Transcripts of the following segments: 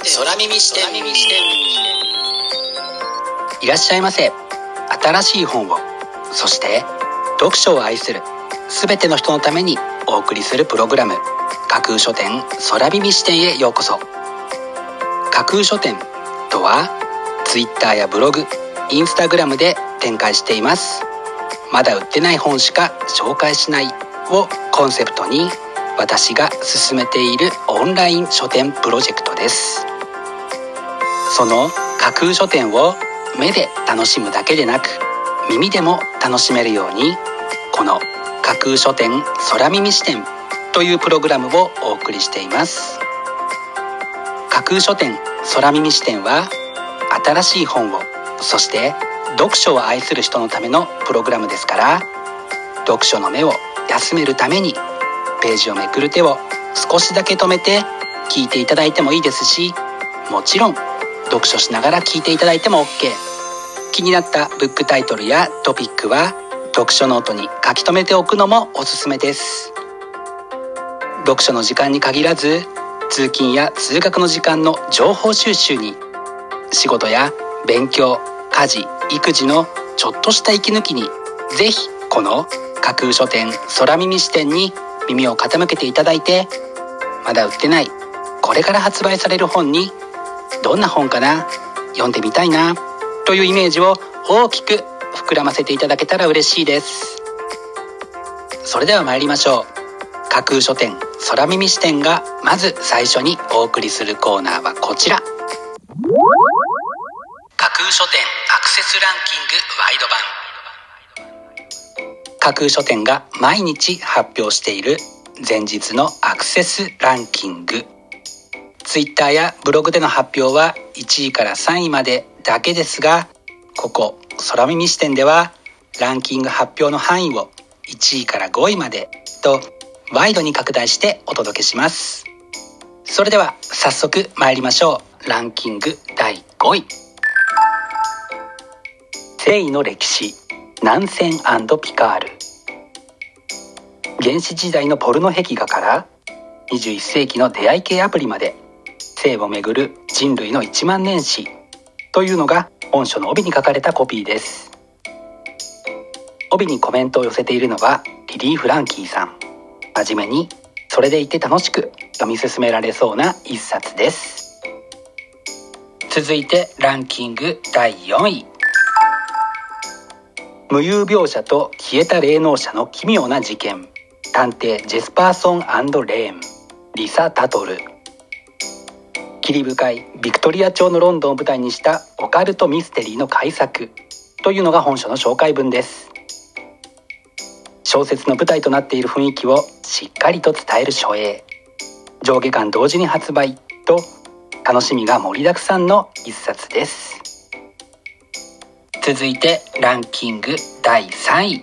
空耳視点。いらっしゃいませ。新しい本を、そして読書を愛するすべての人のためにお送りするプログラム、架空書店空耳視点へようこそ。架空書店とはツイッターやブログ、インスタグラムで展開しています。まだ売ってない本しか紹介しないをコンセプトに、私が進めているオンライン書店プロジェクトです。その架空書店を目で楽しむだけでなく、耳でも楽しめるように、この架空書店空耳視点というプログラムをお送りしています。架空書店空耳視点は、新しい本を、そして読書を愛する人のためのプログラムですから、読書の目を休めるためにページをめくる手を少しだけ止めて聞いていただいてもいいですし、もちろん読書しながら聞いていただいても OK。 気になったブックタイトルやトピックは読書ノートに書き留めておくのもおすすめです。読書の時間に限らず、通勤や通学の時間の情報収集に、仕事や勉強、家事、育児のちょっとした息抜きに、ぜひこの架空書店空耳視点に耳を傾けていただいて、まだ売ってない、これから発売される本に、どんな本かな、読んでみたいなというイメージを大きく膨らませていただけたら嬉しいです。それでは参りましょう。架空書店空耳視点がまず最初にお送りするコーナーはこちら。架空書店アクセスランキングワイド版。架空書店が毎日発表している前日のアクセスランキング。ツイッターやブログでの発表は1位から3位までだけですが、ここ空耳視点ではランキング発表の範囲を1位から5位までとワイドに拡大してお届けします。それでは早速参りましょう。ランキング第5位。正義の歴史、ナンセン&ピカール。原始時代のポルノ壁画から21世紀の出会い系アプリまで、性をめぐる人類の1万年史というのが本書の帯に書かれたコピーです。帯にコメントを寄せているのはリリー・フランキーさん。真面目に、それでいて楽しく読み進められそうな一冊です。続いてランキング第4位。無遊描写と消えた霊能者の奇妙な事件、探偵ジェスパーソン&レーン、リサ・タトル。霧深いビクトリア朝のロンドンを舞台にしたオカルトミステリーの改作というのが本書の紹介文です。小説の舞台となっている雰囲気をしっかりと伝える書影、上下巻同時に発売と楽しみが盛りだくさんの一冊です。続いてランキング第3位。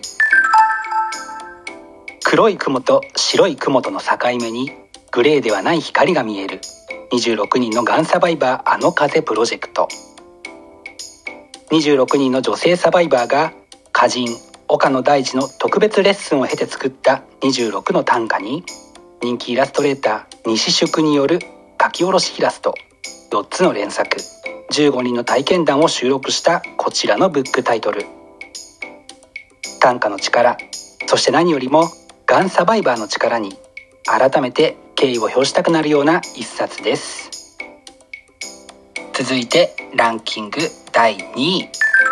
黒い雲と白い雲との境目にグレーではない光が見える26人のがんサバイバーあの風プロジェクト。26人の女性サバイバーが歌人岡野大二の特別レッスンを経て作った26の短歌に、人気イラストレーター西宿による書き下ろしイラスト4つの連作、15人の体験談を収録したこちらのブックタイトル。短歌の力、そして何よりもがんサバイバーの力に改めて敬意を表したくなるような一冊です。続いてランキング第2位。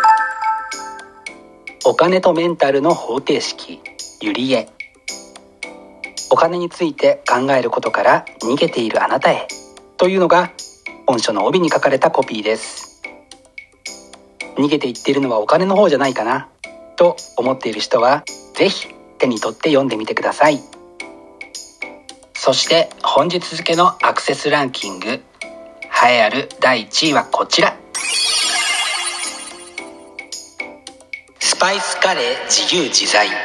お金とメンタルの方程式、ユリエ。お金について考えることから逃げているあなたへというのが本書の帯に書かれたコピーです。逃げていっているのはお金の方じゃないかなと思っている人は、ぜひ手に取って読んでみてください。そして本日付のアクセスランキング、栄えある第1位はこちら。スパイスカレー自由自在。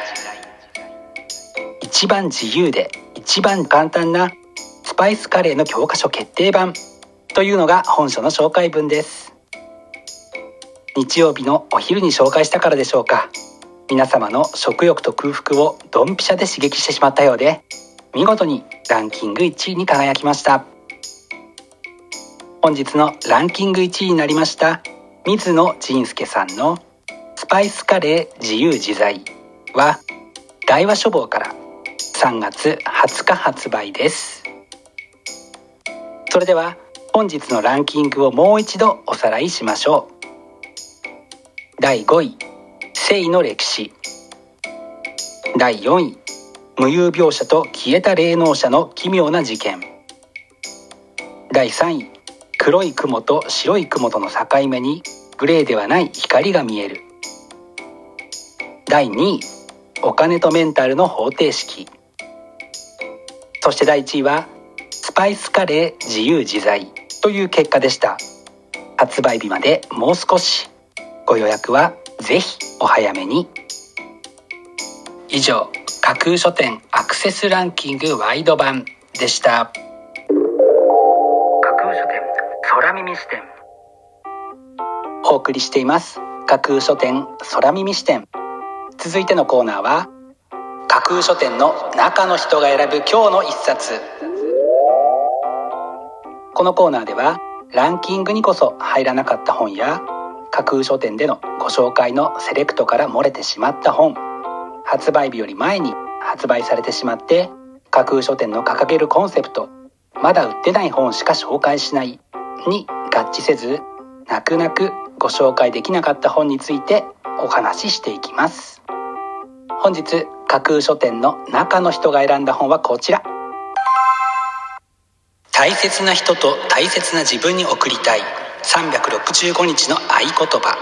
一番自由で一番簡単なスパイスカレーの教科書決定版というのが本書の紹介文です。日曜日のお昼に紹介したからでしょうか、皆様の食欲と空腹をドンピシャで刺激してしまったようで、見事にランキング1位に輝きました。 本日のランキング1位になりました水野仁介さんのスパイスカレー自由自在は大和書房から3月20日発売です。それでは本日のランキングをもう一度おさらいしましょう。第5位、性の歴史。第4位、無有描写と消えた霊能者の奇妙な事件。第3位、黒い雲と白い雲との境目にグレーではない光が見える。第2位、お金とメンタルの方程式。そして第1位はスパイスカレー自由自在という結果でした。発売日までもう少し。ご予約はぜひお早めに。以上、架空書店アクセスランキングワイド版でした。架空書店空耳視点、お送りしています架空書店空耳視点。続いてのコーナーは架空書店の中の人が選ぶ今日の一冊。このコーナーではランキングにこそ入らなかった本や架空書店でのご紹介のセレクトから漏れてしまった本、発売日より前に発売されてしまって架空書店の掲げるコンセプト、まだ売ってない本しか紹介しないに合致せず、泣く泣くご紹介できなかった本についてお話ししていきます。本日架空書店の中の人が選んだ本はこちら。大切な人と大切な自分に贈りたい365日の合言葉。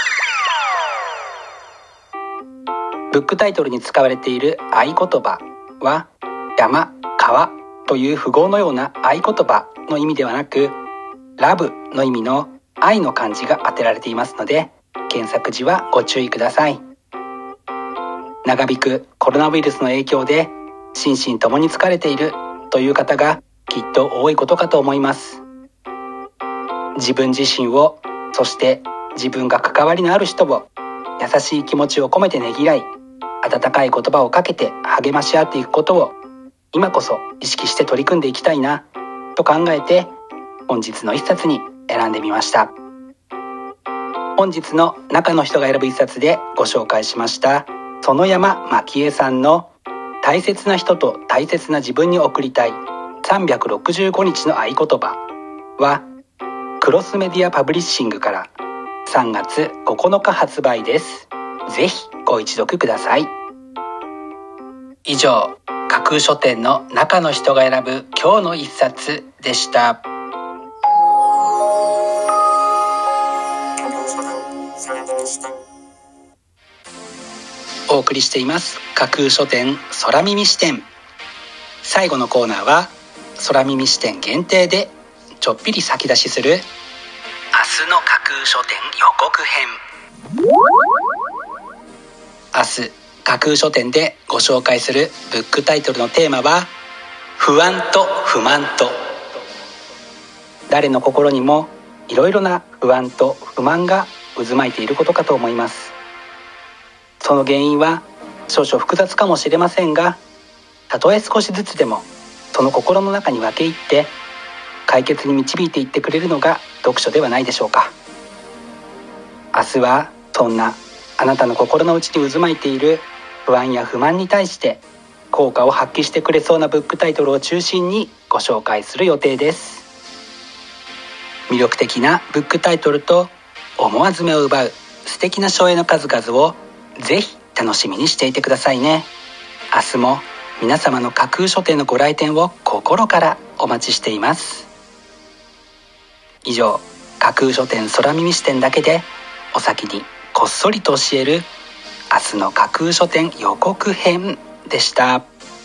ブックタイトルに使われている合言葉は山、川という符号のような合言葉の意味ではなく、ラブの意味の愛の漢字が当てられていますので、検索時はご注意ください。長引くコロナウイルスの影響で心身ともに疲れているという方がきっと多いことかと思います。自分自身を、そして自分が関わりのある人を優しい気持ちを込めてねぎらい、温かい言葉をかけて励まし合っていくことを今こそ意識して取り組んでいきたいなと考えて本日の一冊に選んでみました。本日の中の人が選ぶ一冊でご紹介しました園山蒔絵さんの大切な人と大切な自分に贈りたい365日の合言葉はクロスメディアパブリッシングから3月9日発売です。ぜひご一読ください。以上、架空書店の中の人が選ぶ今日の一冊でした。お送りしています架空書店空耳視点。最後のコーナーは空耳視点限定でちょっぴり先出しする明日の架空書店予告編。明日架空書店でご紹介するブックタイトルのテーマは不安と不満と。誰の心にもいろいろな不安と不満が渦巻いていることかと思います。その原因は少々複雑かもしれませんが、たとえ少しずつでもその心の中に分け入って解決に導いていってくれるのが読書ではないでしょうか。明日はそんなあなたの心の内に渦巻いている不安や不満に対して効果を発揮してくれそうなブックタイトルを中心にご紹介する予定です。魅力的なブックタイトルと思わず目を奪う素敵な書影の数々をぜひ楽しみにしていてくださいね。明日も皆様の架空書店のご来店を心からお待ちしています。以上、架空書店空耳視点だけでお先にこっそりと教える明日の架空書店予告編でした。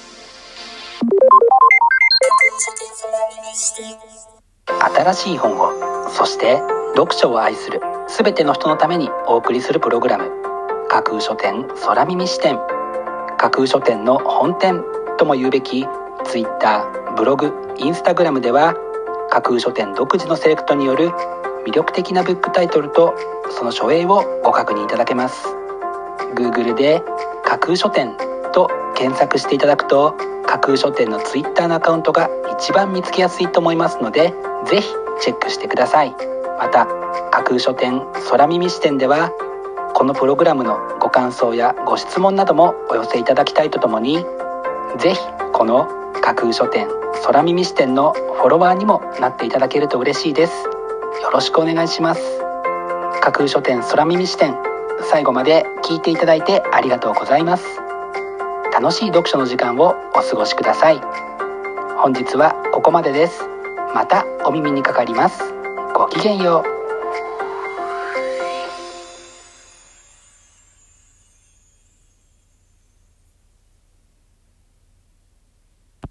新しい本を、そして読書を愛するすべての人のためにお送りするプログラム、架空書店空耳視点。架空書店の本店とも言うべき Twitter、ブログ、インスタグラムでは架空書店独自のセレクトによる魅力的なブックタイトルとその書影をご確認いただけます。 Google で架空書店と検索していただくと架空書店の Twitter のアカウントが一番見つけやすいと思いますので、ぜひチェックしてください。また架空書店空耳視点では、このプログラムのご感想やご質問などもお寄せいただきたいとともに、ぜひこの架空書店空耳視点のフォロワーにもなっていただけると嬉しいです。よろしくお願いします。架空書店空耳視点、最後まで聞いていただいてありがとうございます。楽しい読書の時間をお過ごしください。本日はここまでです。またお耳にかかります。ごきげんよう。